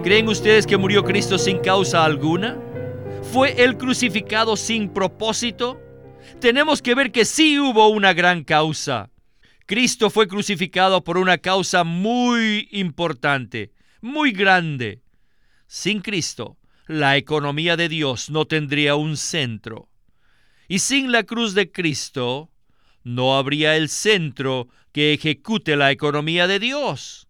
¿Creen ustedes que murió Cristo sin causa alguna? ¿Fue Él crucificado sin propósito? Tenemos que ver que sí hubo una gran causa. Cristo fue crucificado por una causa muy importante, muy grande. Sin Cristo, la economía de Dios no tendría un centro. Y sin la cruz de Cristo, no habría el centro que ejecute la economía de Dios.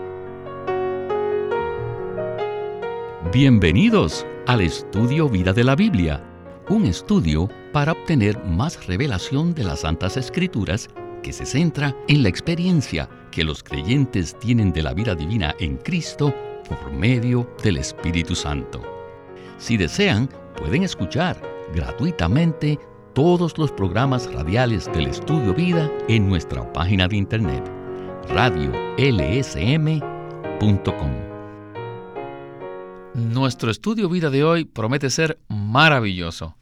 Bienvenidos al Estudio Vida de la Biblia, un estudio para obtener más revelación de las Santas Escrituras que se centra en la experiencia que los creyentes tienen de la vida divina en Cristo por medio del Espíritu Santo. Si desean, pueden escuchar gratuitamente todos los programas radiales del Estudio Vida en nuestra página de internet, radiolsm.com. Nuestro Estudio Vida de hoy promete ser maravilloso.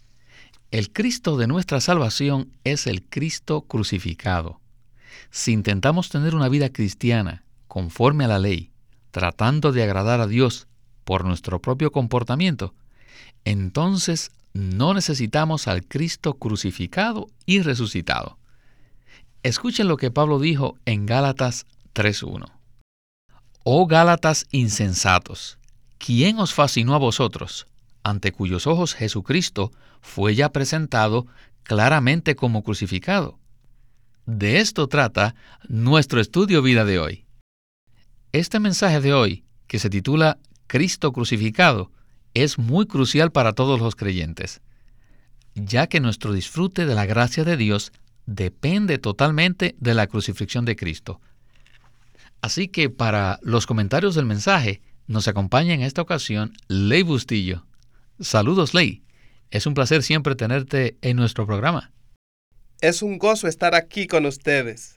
El Cristo de nuestra salvación es el Cristo crucificado. Si intentamos tener una vida cristiana conforme a la ley, tratando de agradar a Dios por nuestro propio comportamiento, entonces no necesitamos al Cristo crucificado y resucitado. Escuchen lo que Pablo dijo en Gálatas 3:1. Oh Gálatas insensatos, ¿quién os fascinó a vosotros, ante cuyos ojos Jesucristo fue ya presentado claramente como crucificado? De esto trata nuestro Estudio Vida de hoy. Este mensaje de hoy, que se titula Cristo crucificado, es muy crucial para todos los creyentes, ya que nuestro disfrute de la gracia de Dios depende totalmente de la crucifixión de Cristo. Así que para los comentarios del mensaje, nos acompaña en esta ocasión Ley Bustillo. Saludos, Ley. Es un placer siempre tenerte en nuestro programa. Es un gozo estar aquí con ustedes.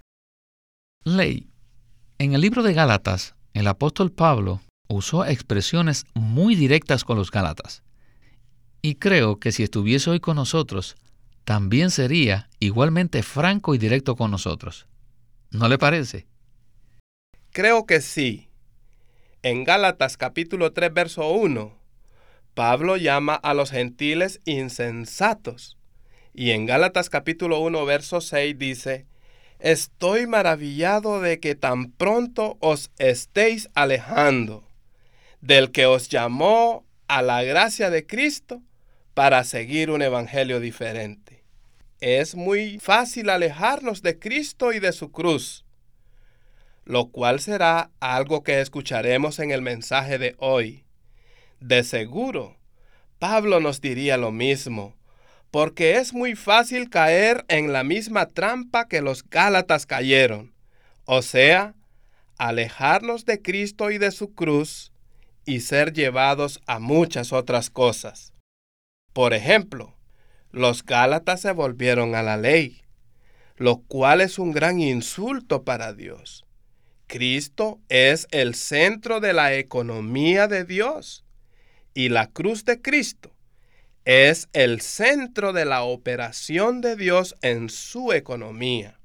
Ley, en el libro de Gálatas, el apóstol Pablo usó expresiones muy directas con los Gálatas. Y creo que si estuviese hoy con nosotros, también sería igualmente franco y directo con nosotros. ¿No le parece? Creo que sí. En Gálatas capítulo 3, verso 1, Pablo llama a los gentiles insensatos. Y en Gálatas capítulo 1, verso 6 dice: Estoy maravillado de que tan pronto os estéis alejando del que os llamó a la gracia de Cristo para seguir un evangelio diferente. Es muy fácil alejarnos de Cristo y de su cruz, lo cual será algo que escucharemos en el mensaje de hoy. De seguro, Pablo nos diría lo mismo, porque es muy fácil caer en la misma trampa que los Gálatas cayeron, o sea, alejarnos de Cristo y de su cruz y ser llevados a muchas otras cosas. Por ejemplo, los Gálatas se volvieron a la ley, lo cual es un gran insulto para Dios. Cristo es el centro de la economía de Dios, y la cruz de Cristo es el centro de la operación de Dios en su economía.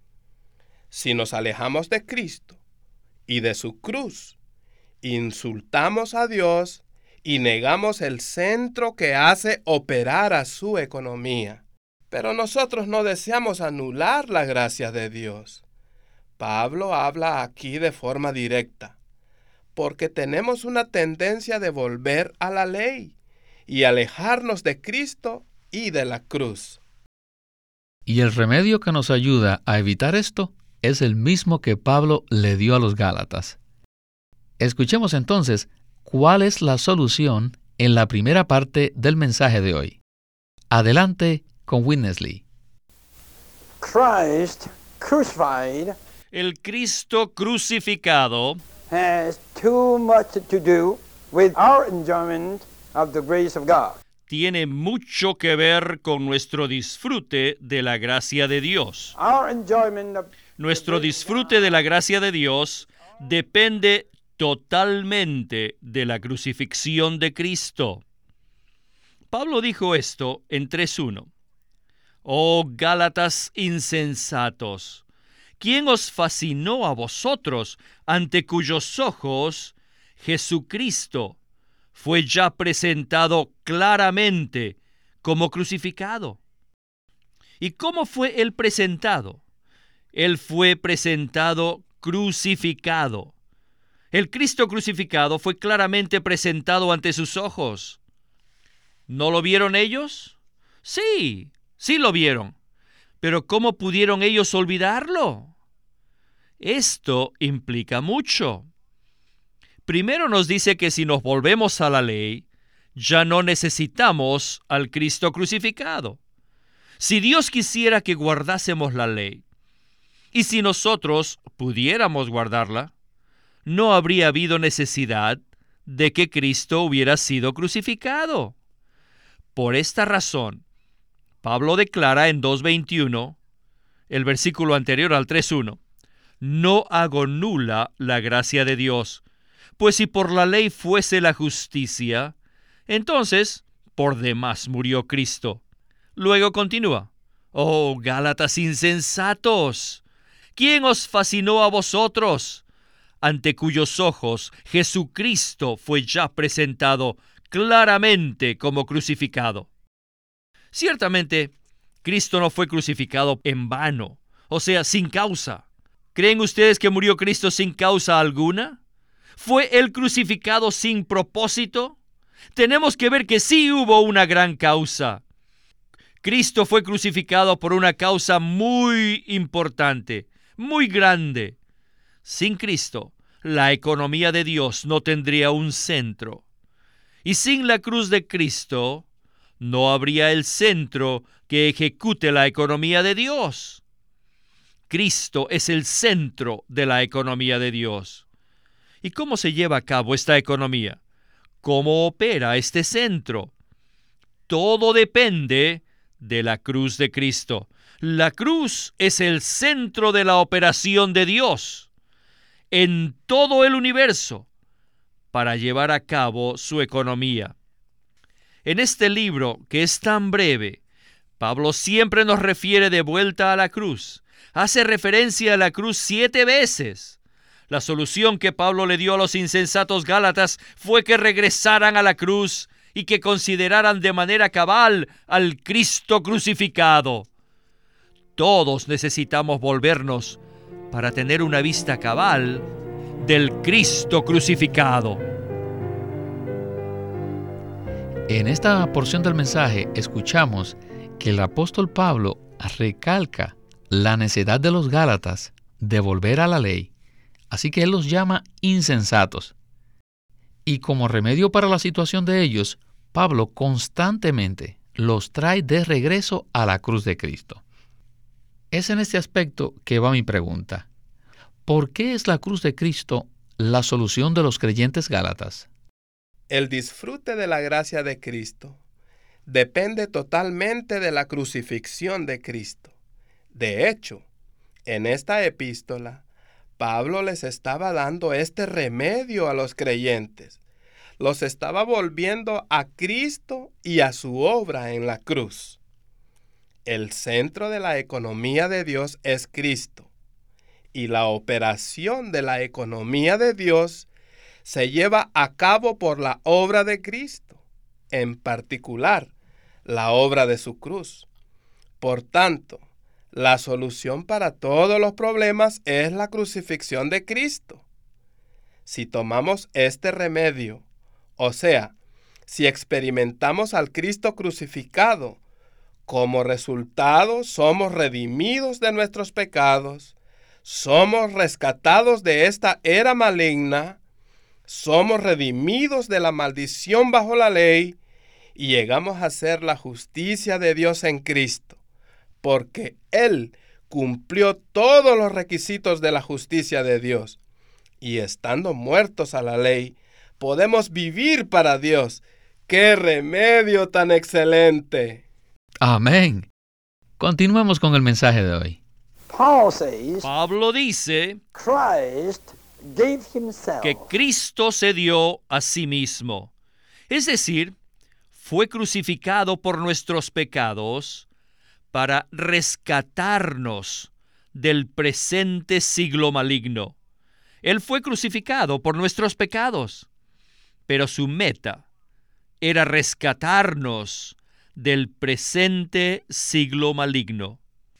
Si nos alejamos de Cristo y de su cruz, insultamos a Dios y negamos el centro que hace operar a su economía. Pero nosotros no deseamos anular la gracia de Dios. Pablo habla aquí de forma directa, porque tenemos una tendencia de volver a la ley y alejarnos de Cristo y de la cruz. Y el remedio que nos ayuda a evitar esto es el mismo que Pablo le dio a los Gálatas. Escuchemos entonces cuál es la solución en la primera parte del mensaje de hoy. Adelante con Witness Lee. Christ crucified El Cristo crucificado has too much to do with our enjoyment of the grace of God. tiene mucho que ver con nuestro disfrute de la gracia de Dios. Our enjoyment of Nuestro disfrute de la gracia de Dios depende totalmente de la crucifixión de Cristo. Pablo dijo esto en 3:1. Oh Gálatas insensatos, ¿quién os fascinó a vosotros, ante cuyos ojos Jesucristo fue ya presentado claramente como crucificado. ¿Y cómo fue Él presentado? Él fue presentado crucificado. El Cristo crucificado fue claramente presentado ante sus ojos. ¿No lo vieron ellos? Sí, sí lo vieron. Pero ¿cómo pudieron ellos olvidarlo? Esto implica mucho. Primero nos dice que si nos volvemos a la ley, ya no necesitamos al Cristo crucificado. Si Dios quisiera que guardásemos la ley, y si nosotros pudiéramos guardarla, no habría habido necesidad de que Cristo hubiera sido crucificado. Por esta razón, Pablo declara en 2:21, el versículo anterior al 3:1, no hago nula la gracia de Dios, pues si por la ley fuese la justicia, entonces por demás murió Cristo. Luego continúa, oh Gálatas insensatos, ¿quién os fascinó a vosotros? Ante cuyos ojos Jesucristo fue ya presentado claramente como crucificado. Ciertamente, Cristo no fue crucificado en vano, o sea, sin causa. ¿Creen ustedes que murió Cristo sin causa alguna? ¿Fue Él crucificado sin propósito? Tenemos que ver que sí hubo una gran causa. Cristo fue crucificado por una causa muy importante, muy grande. Sin Cristo, la economía de Dios no tendría un centro. Y sin la cruz de Cristo, no habría el centro que ejecute la economía de Dios. Cristo es el centro de la economía de Dios. ¿Y cómo se lleva a cabo esta economía? ¿Cómo opera este centro? Todo depende de la cruz de Cristo. La cruz es el centro de la operación de Dios en todo el universo para llevar a cabo su economía. En este libro, que es tan breve, Pablo siempre nos refiere de vuelta a la cruz. Hace referencia a la cruz 7 veces. La solución que Pablo le dio a los insensatos gálatas fue que regresaran a la cruz y que consideraran de manera cabal al Cristo crucificado. Todos necesitamos volvernos para tener una vista cabal del Cristo crucificado. En esta porción del mensaje escuchamos que el apóstol Pablo recalca la necedad de los gálatas de volver a la ley, así que él los llama insensatos. Y como remedio para la situación de ellos, Pablo constantemente los trae de regreso a la cruz de Cristo. Es en este aspecto que va mi pregunta. ¿Por qué es la cruz de Cristo la solución de los creyentes gálatas? El disfrute de la gracia de Cristo depende totalmente de la crucifixión de Cristo. De hecho, en esta epístola, Pablo les estaba dando este remedio a los creyentes. Los estaba volviendo a Cristo y a su obra en la cruz. El centro de la economía de Dios es Cristo, y la operación de la economía de Dios se lleva a cabo por la obra de Cristo, en particular, la obra de su cruz. Por tanto, la solución para todos los problemas es la crucifixión de Cristo. Si tomamos este remedio, o sea, si experimentamos al Cristo crucificado, como resultado somos redimidos de nuestros pecados, somos rescatados de esta era maligna, somos redimidos de la maldición bajo la ley y llegamos a ser la justicia de Dios en Cristo, porque Él cumplió todos los requisitos de la justicia de Dios. Y estando muertos a la ley, podemos vivir para Dios. ¡Qué remedio tan excelente! Amén. Continuemos con el mensaje de hoy. Pablo dice Christ gave himself. que Cristo se dio a sí mismo. Es decir, fue crucificado por nuestros pecados para rescatarnos del presente siglo maligno. Él fue crucificado por nuestros pecados. pero su meta era rescatarnos del presente siglo maligno.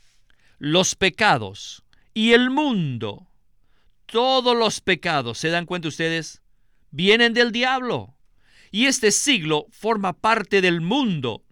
Los pecados y el mundo, todos los pecados, ¿se dan cuenta ustedes? Vienen del diablo. Y este siglo forma parte del mundo,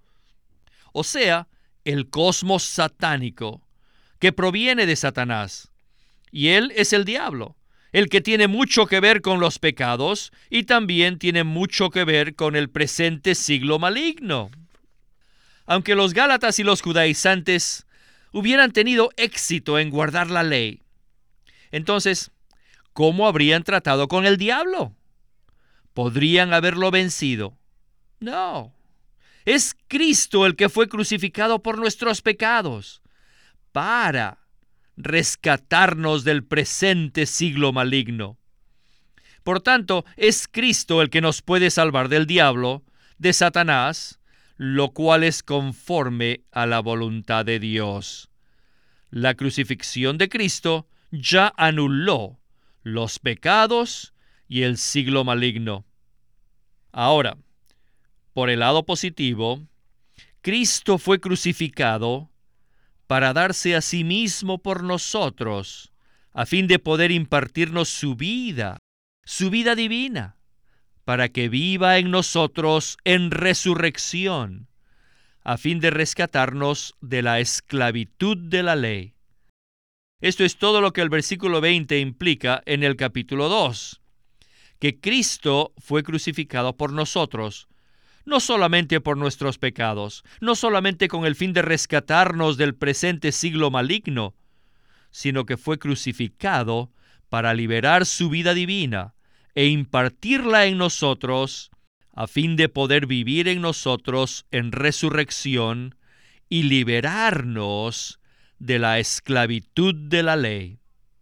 o sea, el cosmos satánico, que proviene de Satanás. Y él es el diablo, el que tiene mucho que ver con los pecados y también tiene mucho que ver con el presente siglo maligno. Aunque los gálatas y los judaizantes hubieran tenido éxito en guardar la ley, entonces, ¿cómo habrían tratado con el diablo? ¿Podrían haberlo vencido? No. Es Cristo el que fue crucificado por nuestros pecados para rescatarnos del presente siglo maligno. Por tanto, es Cristo el que nos puede salvar del diablo, de Satanás, lo cual es conforme a la voluntad de Dios. La crucifixión de Cristo ya anuló los pecados y el siglo maligno. Ahora, por el lado positivo, Cristo fue crucificado para darse a sí mismo por nosotros, a fin de poder impartirnos su vida divina, para que viva en nosotros en resurrección, a fin de rescatarnos de la esclavitud de la ley. Esto es todo lo que el versículo 20 implica en el capítulo 2, que Cristo fue crucificado por nosotros, no solamente por nuestros pecados, no solamente con el fin de rescatarnos del presente siglo maligno, sino que fue crucificado para liberar su vida divina e impartirla en nosotros, a fin de poder vivir en nosotros en resurrección y liberarnos de la esclavitud de la ley.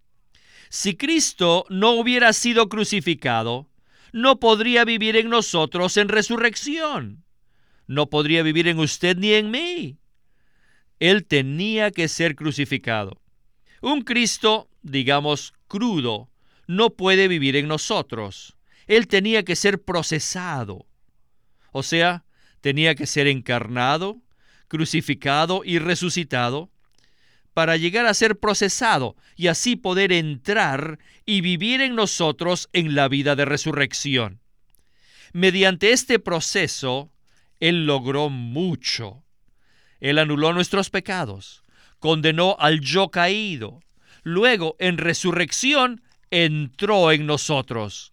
Si Cristo no hubiera sido crucificado, no podría vivir en nosotros en resurrección. No podría vivir en usted ni en mí. Él tenía que ser crucificado. Un Cristo, digamos, crudo, no puede vivir en nosotros. Él tenía que ser procesado. O sea, tenía que ser encarnado, crucificado y resucitado para llegar a ser procesado y así poder entrar y vivir en nosotros en la vida de resurrección. Mediante este proceso, Él logró mucho. Él anuló nuestros pecados, condenó al yo caído. Luego, en resurrección, entró en nosotros.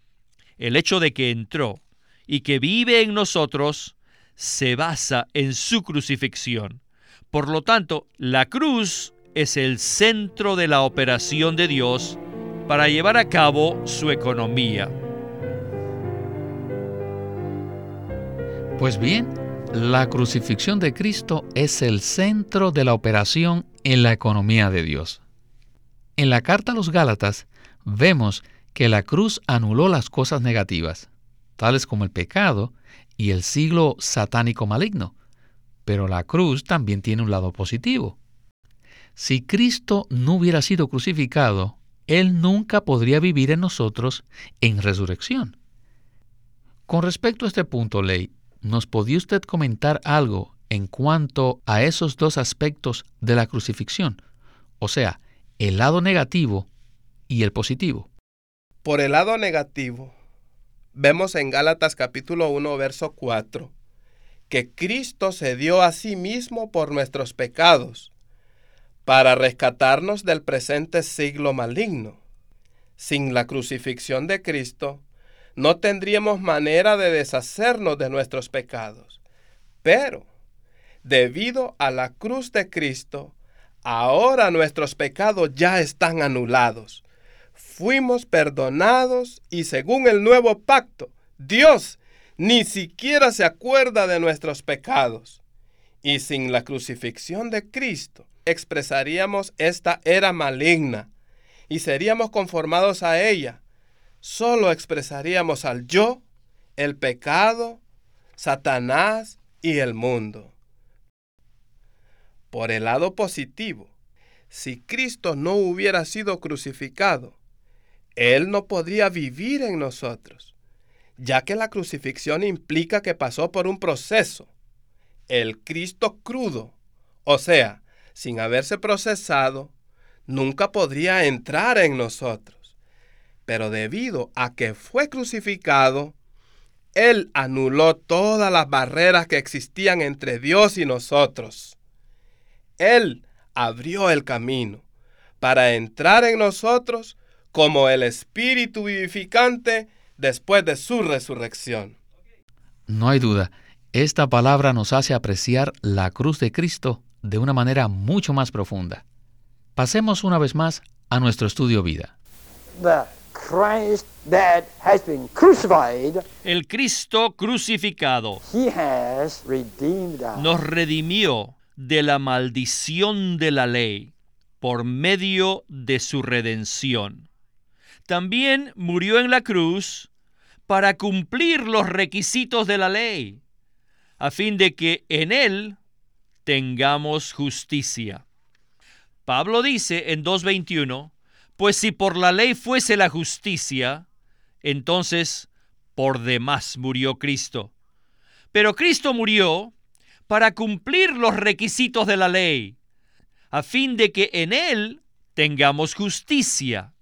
El hecho de que entró y que vive en nosotros se basa en su crucifixión. Por lo tanto, la cruz es el centro de la operación de Dios para llevar a cabo su economía. Pues bien, la crucifixión de Cristo es el centro de la operación en la economía de Dios. En la carta a los Gálatas vemos que la cruz anuló las cosas negativas, tales como el pecado y el siglo satánico maligno. Pero la cruz también tiene un lado positivo. Si Cristo no hubiera sido crucificado, Él nunca podría vivir en nosotros en resurrección. Con respecto a este punto, Ley, ¿nos podía usted comentar algo en cuanto a esos dos aspectos de la crucifixión? O sea, el lado negativo y el positivo. Por el lado negativo, vemos en Gálatas capítulo 1, verso 4, que Cristo se dio a sí mismo por nuestros pecados, para rescatarnos del presente siglo maligno. Sin la crucifixión de Cristo, no tendríamos manera de deshacernos de nuestros pecados. Pero, debido a la cruz de Cristo, ahora nuestros pecados ya están anulados. Fuimos perdonados y según el nuevo pacto, Dios ni siquiera se acuerda de nuestros pecados. Y sin la crucifixión de Cristo, expresaríamos esta era maligna y seríamos conformados a ella. Solo expresaríamos al yo, el pecado, Satanás y el mundo. Por el lado positivo, si Cristo no hubiera sido crucificado, Él no podría vivir en nosotros, ya que la crucifixión implica que pasó por un proceso. El Cristo crudo, o sea, sin haberse procesado, nunca podría entrar en nosotros. Pero debido a que fue crucificado, Él anuló todas las barreras que existían entre Dios y nosotros. Él abrió el camino para entrar en nosotros como el Espíritu vivificante después de su resurrección. No hay duda, esta palabra nos hace apreciar la cruz de Cristo de una manera mucho más profunda. Pasemos una vez más a nuestro estudio vida. The Christ that has been crucified, El Cristo crucificado he has redeemed us. nos redimió de la maldición de la ley por medio de su redención. También murió en la cruz para cumplir los requisitos de la ley, a fin de que en Él tengamos justicia. Pablo dice en 2:21, pues si por la ley fuese la justicia, entonces por demás murió Cristo. Pero Cristo murió para cumplir los requisitos de la ley, a fin de que en Él tengamos justicia.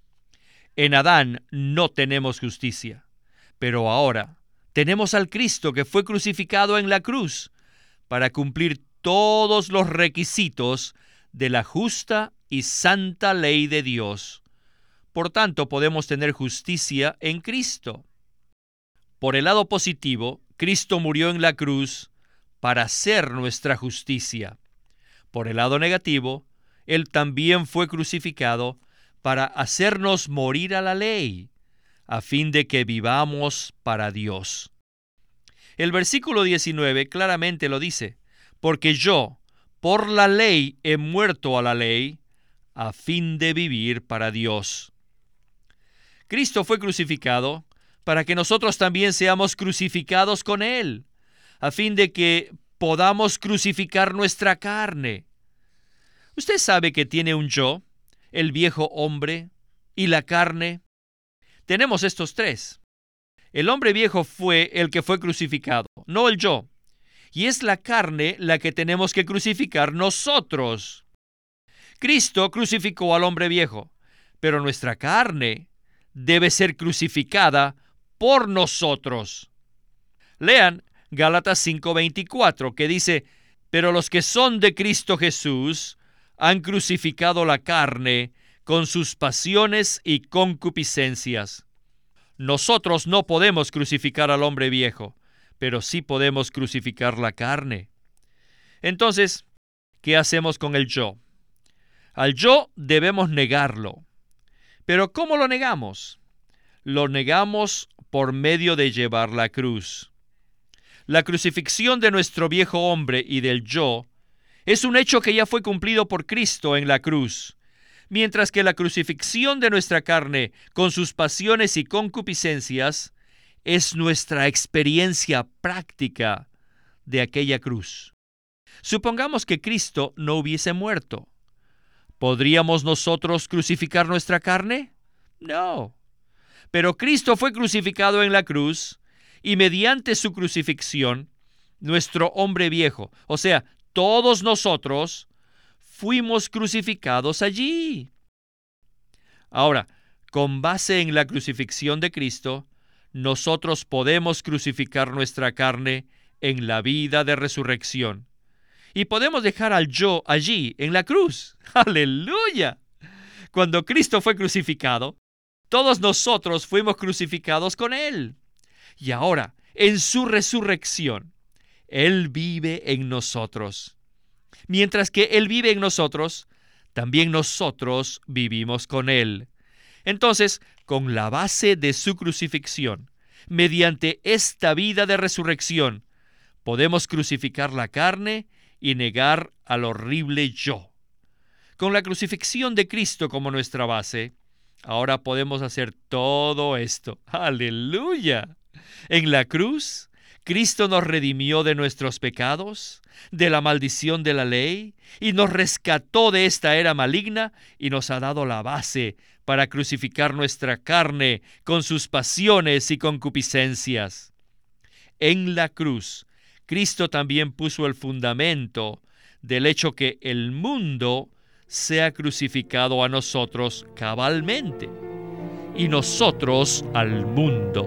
En Adán no tenemos justicia, pero ahora tenemos al Cristo que fue crucificado en la cruz para cumplir todos los requisitos de la justa y santa ley de Dios. Por tanto, podemos tener justicia en Cristo. Por el lado positivo, Cristo murió en la cruz para ser nuestra justicia. Por el lado negativo, Él también fue crucificado para hacernos morir a la ley, a fin de que vivamos para Dios. El versículo 19 claramente lo dice, porque yo, por la ley, he muerto a la ley, a fin de vivir para Dios. Cristo fue crucificado para que nosotros también seamos crucificados con Él, a fin de que podamos crucificar nuestra carne. Usted sabe que tiene un yo, el viejo hombre y la carne. Tenemos estos tres. El hombre viejo fue el que fue crucificado, no el yo. Y es la carne la que tenemos que crucificar nosotros. Cristo crucificó al hombre viejo, pero nuestra carne debe ser crucificada por nosotros. Lean Gálatas 5:24, que dice, pero los que son de Cristo Jesús han crucificado la carne con sus pasiones y concupiscencias. Nosotros no podemos crucificar al hombre viejo, pero sí podemos crucificar la carne. Entonces, ¿qué hacemos con el yo? Al yo debemos negarlo. ¿Pero cómo lo negamos? Lo negamos por medio de llevar la cruz. La crucifixión de nuestro viejo hombre y del yo es un hecho que ya fue cumplido por Cristo en la cruz, mientras que la crucifixión de nuestra carne con sus pasiones y concupiscencias es nuestra experiencia práctica de aquella cruz. Supongamos que Cristo no hubiese muerto. ¿Podríamos nosotros crucificar nuestra carne? No. Pero Cristo fue crucificado en la cruz y mediante su crucifixión, nuestro hombre viejo, o sea, todos nosotros, fuimos crucificados allí. Ahora, con base en la crucifixión de Cristo, nosotros podemos crucificar nuestra carne en la vida de resurrección. Y podemos dejar al yo allí, en la cruz. ¡Aleluya! Cuando Cristo fue crucificado, todos nosotros fuimos crucificados con Él. Y ahora, en su resurrección, Él vive en nosotros. Mientras que Él vive en nosotros, también nosotros vivimos con Él. Entonces, con la base de su crucifixión, mediante esta vida de resurrección, podemos crucificar la carne y negar al horrible yo. Con la crucifixión de Cristo como nuestra base, ahora podemos hacer todo esto. ¡Aleluya! En la cruz, Cristo nos redimió de nuestros pecados, de la maldición de la ley, y nos rescató de esta era maligna y nos ha dado la base para crucificar nuestra carne con sus pasiones y concupiscencias. En la cruz, Cristo también puso el fundamento del hecho que el mundo sea crucificado a nosotros cabalmente y nosotros al mundo.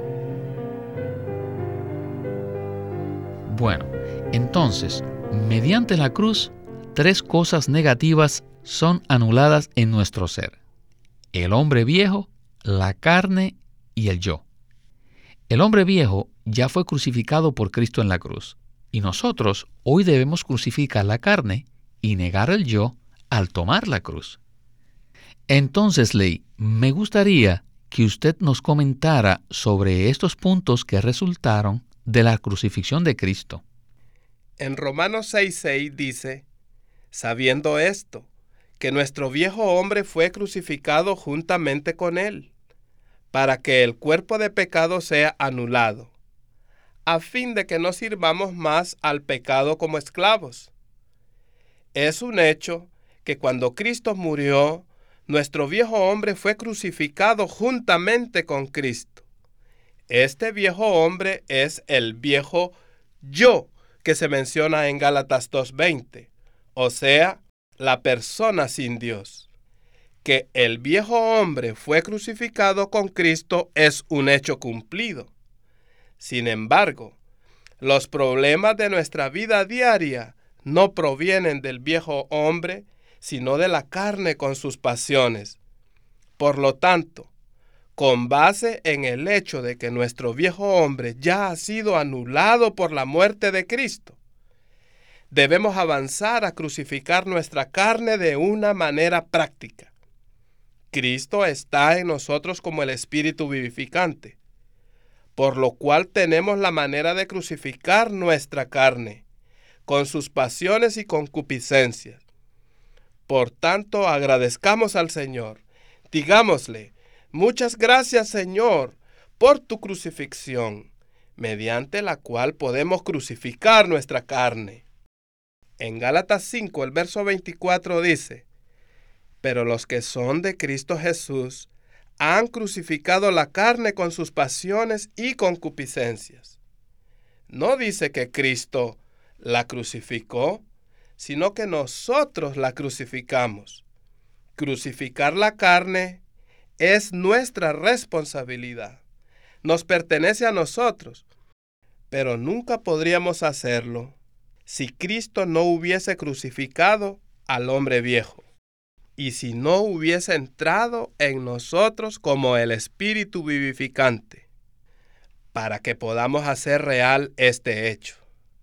Bueno, entonces, mediante la cruz, 3 cosas negativas son anuladas en nuestro ser: el hombre viejo, la carne y el yo. El hombre viejo ya fue crucificado por Cristo en la cruz, y nosotros hoy debemos crucificar la carne y negar el yo al tomar la cruz. Entonces, Ley, me gustaría que usted nos comentara sobre estos puntos que resultaron de la crucifixión de Cristo. En Romanos 6:6 dice: sabiendo esto, que nuestro viejo hombre fue crucificado juntamente con él, para que el cuerpo de pecado sea anulado, a fin de que no sirvamos más al pecado como esclavos. Es un hecho que cuando Cristo murió, nuestro viejo hombre fue crucificado juntamente con Cristo. Este viejo hombre es el viejo yo que se menciona en Gálatas 2:20, o sea, la persona sin Dios. Que el viejo hombre fue crucificado con Cristo es un hecho cumplido. Sin embargo, los problemas de nuestra vida diaria no provienen del viejo hombre, sino de la carne con sus pasiones. Por lo tanto, con base en el hecho de que nuestro viejo hombre ya ha sido anulado por la muerte de Cristo, debemos avanzar a crucificar nuestra carne de una manera práctica. Cristo está en nosotros como el Espíritu vivificante, por lo cual tenemos la manera de crucificar nuestra carne, con sus pasiones y concupiscencias. Por tanto, agradezcamos al Señor. Digámosle: muchas gracias, Señor, por tu crucifixión, mediante la cual podemos crucificar nuestra carne. En Gálatas 5, el verso 24 dice: pero los que son de Cristo Jesús han crucificado la carne con sus pasiones y concupiscencias. No dice que Cristo la crucificó, sino que nosotros la crucificamos. Crucificar la carne es nuestra responsabilidad. Nos pertenece a nosotros, pero nunca podríamos hacerlo si Cristo no hubiese crucificado al hombre viejo y si no hubiese entrado en nosotros como el Espíritu vivificante, para que podamos hacer real este hecho.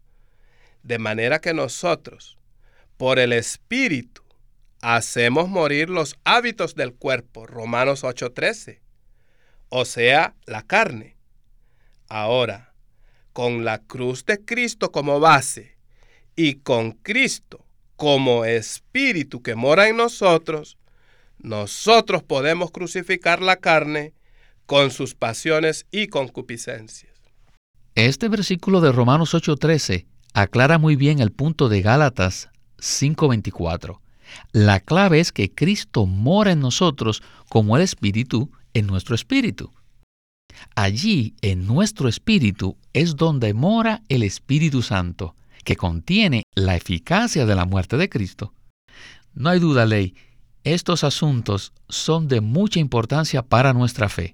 De manera que nosotros, por el Espíritu, hacemos morir los hábitos del cuerpo, Romanos 8:13, o sea, la carne. Ahora, con la cruz de Cristo como base y con Cristo como Espíritu que mora en nosotros, nosotros podemos crucificar la carne con sus pasiones y concupiscencias. Este versículo de Romanos 8:13 aclara muy bien el punto de Gálatas 5:24. La clave es que Cristo mora en nosotros como el Espíritu en nuestro espíritu. Allí, en nuestro espíritu, es donde mora el Espíritu Santo, que contiene la eficacia de la muerte de Cristo. No hay duda, Ley, estos asuntos son de mucha importancia para nuestra fe.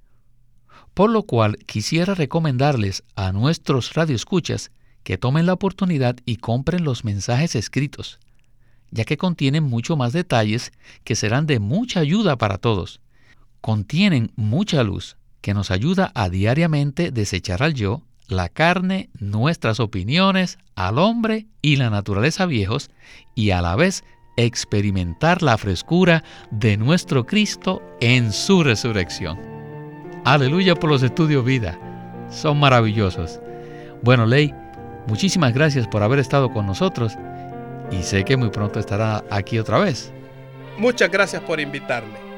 Por lo cual, quisiera recomendarles a nuestros radioescuchas que tomen la oportunidad y compren los mensajes escritos, ya que contienen mucho más detalles que serán de mucha ayuda para todos. Contienen mucha luz que nos ayuda a diariamente desechar al yo, la carne, nuestras opiniones, al hombre y la naturaleza viejos, y a la vez experimentar la frescura de nuestro Cristo en su resurrección. Aleluya por los estudios vida. Son maravillosos. Bueno, Ley, muchísimas gracias por haber estado con nosotros y sé que muy pronto estará aquí otra vez. Muchas gracias por invitarme.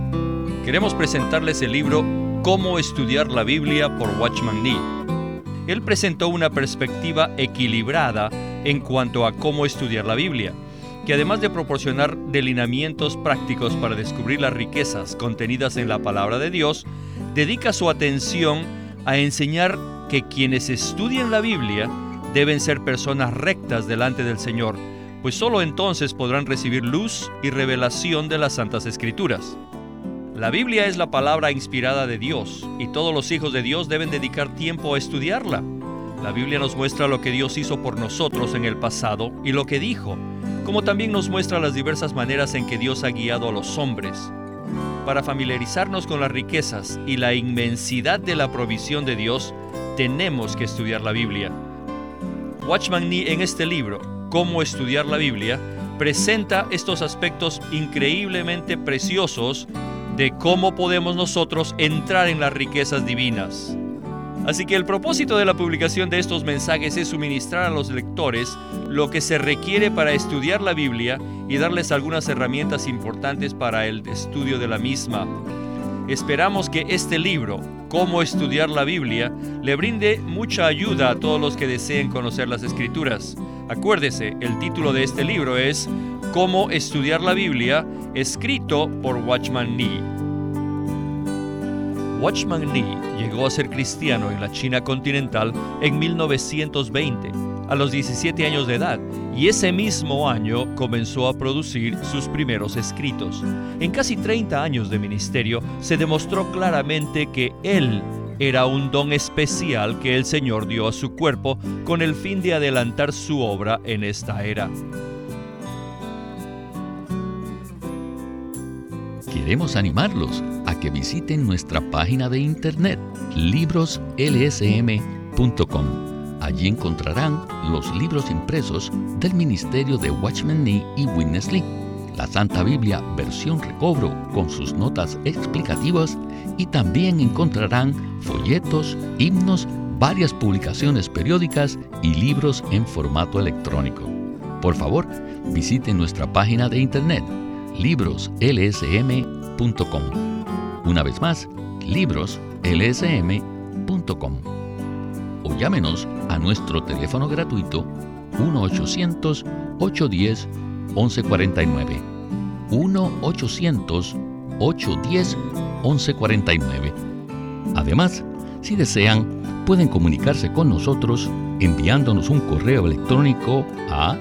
Queremos presentarles el libro Cómo estudiar la Biblia por Watchman Nee. Él presentó una perspectiva equilibrada en cuanto a cómo estudiar la Biblia, que además de proporcionar delineamientos prácticos para descubrir las riquezas contenidas en la palabra de Dios, dedica su atención a enseñar que quienes estudian la Biblia deben ser personas rectas delante del Señor, pues solo entonces podrán recibir luz y revelación de las Santas Escrituras. La Biblia es la palabra inspirada de Dios, y todos los hijos de Dios deben dedicar tiempo a estudiarla. La Biblia nos muestra lo que Dios hizo por nosotros en el pasado y lo que dijo, como también nos muestra las diversas maneras en que Dios ha guiado a los hombres. Para familiarizarnos con las riquezas y la inmensidad de la provisión de Dios, tenemos que estudiar la Biblia. Watchman Nee, en este libro, Cómo estudiar la Biblia, presenta estos aspectos increíblemente preciosos de cómo podemos nosotros entrar en las riquezas divinas. Así que el propósito de la publicación de estos mensajes es suministrar a los lectores lo que se requiere para estudiar la Biblia y darles algunas herramientas importantes para el estudio de la misma. Esperamos que este libro, Cómo estudiar la Biblia, le brinde mucha ayuda a todos los que deseen conocer las Escrituras. Acuérdese, el título de este libro es Cómo estudiar la Biblia, escrito por Watchman Nee. Watchman Nee llegó a ser cristiano en la China continental en 1920, a los 17 años de edad, y ese mismo año comenzó a producir sus primeros escritos. En casi 30 años de ministerio se demostró claramente que él era un don especial que el Señor dio a su cuerpo con el fin de adelantar su obra en esta era. Queremos animarlos a que visiten nuestra página de internet, libroslsm.com. Allí encontrarán los libros impresos del ministerio de Watchman Nee y Witness Lee, la Santa Biblia versión recobro con sus notas explicativas, y también encontrarán folletos, himnos, varias publicaciones periódicas y libros en formato electrónico. Por favor, visiten nuestra página de internet, libroslsm.com. Una vez más, libroslsm.com. O llámenos a nuestro teléfono gratuito 1-800-810-1149. 1-800-810-1149. Además, si desean, pueden comunicarse con nosotros enviándonos un correo electrónico a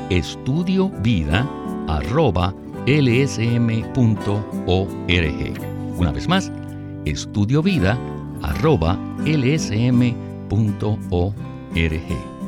estudiovida@lsm.org. Una vez más, estudiovida@lsm.org.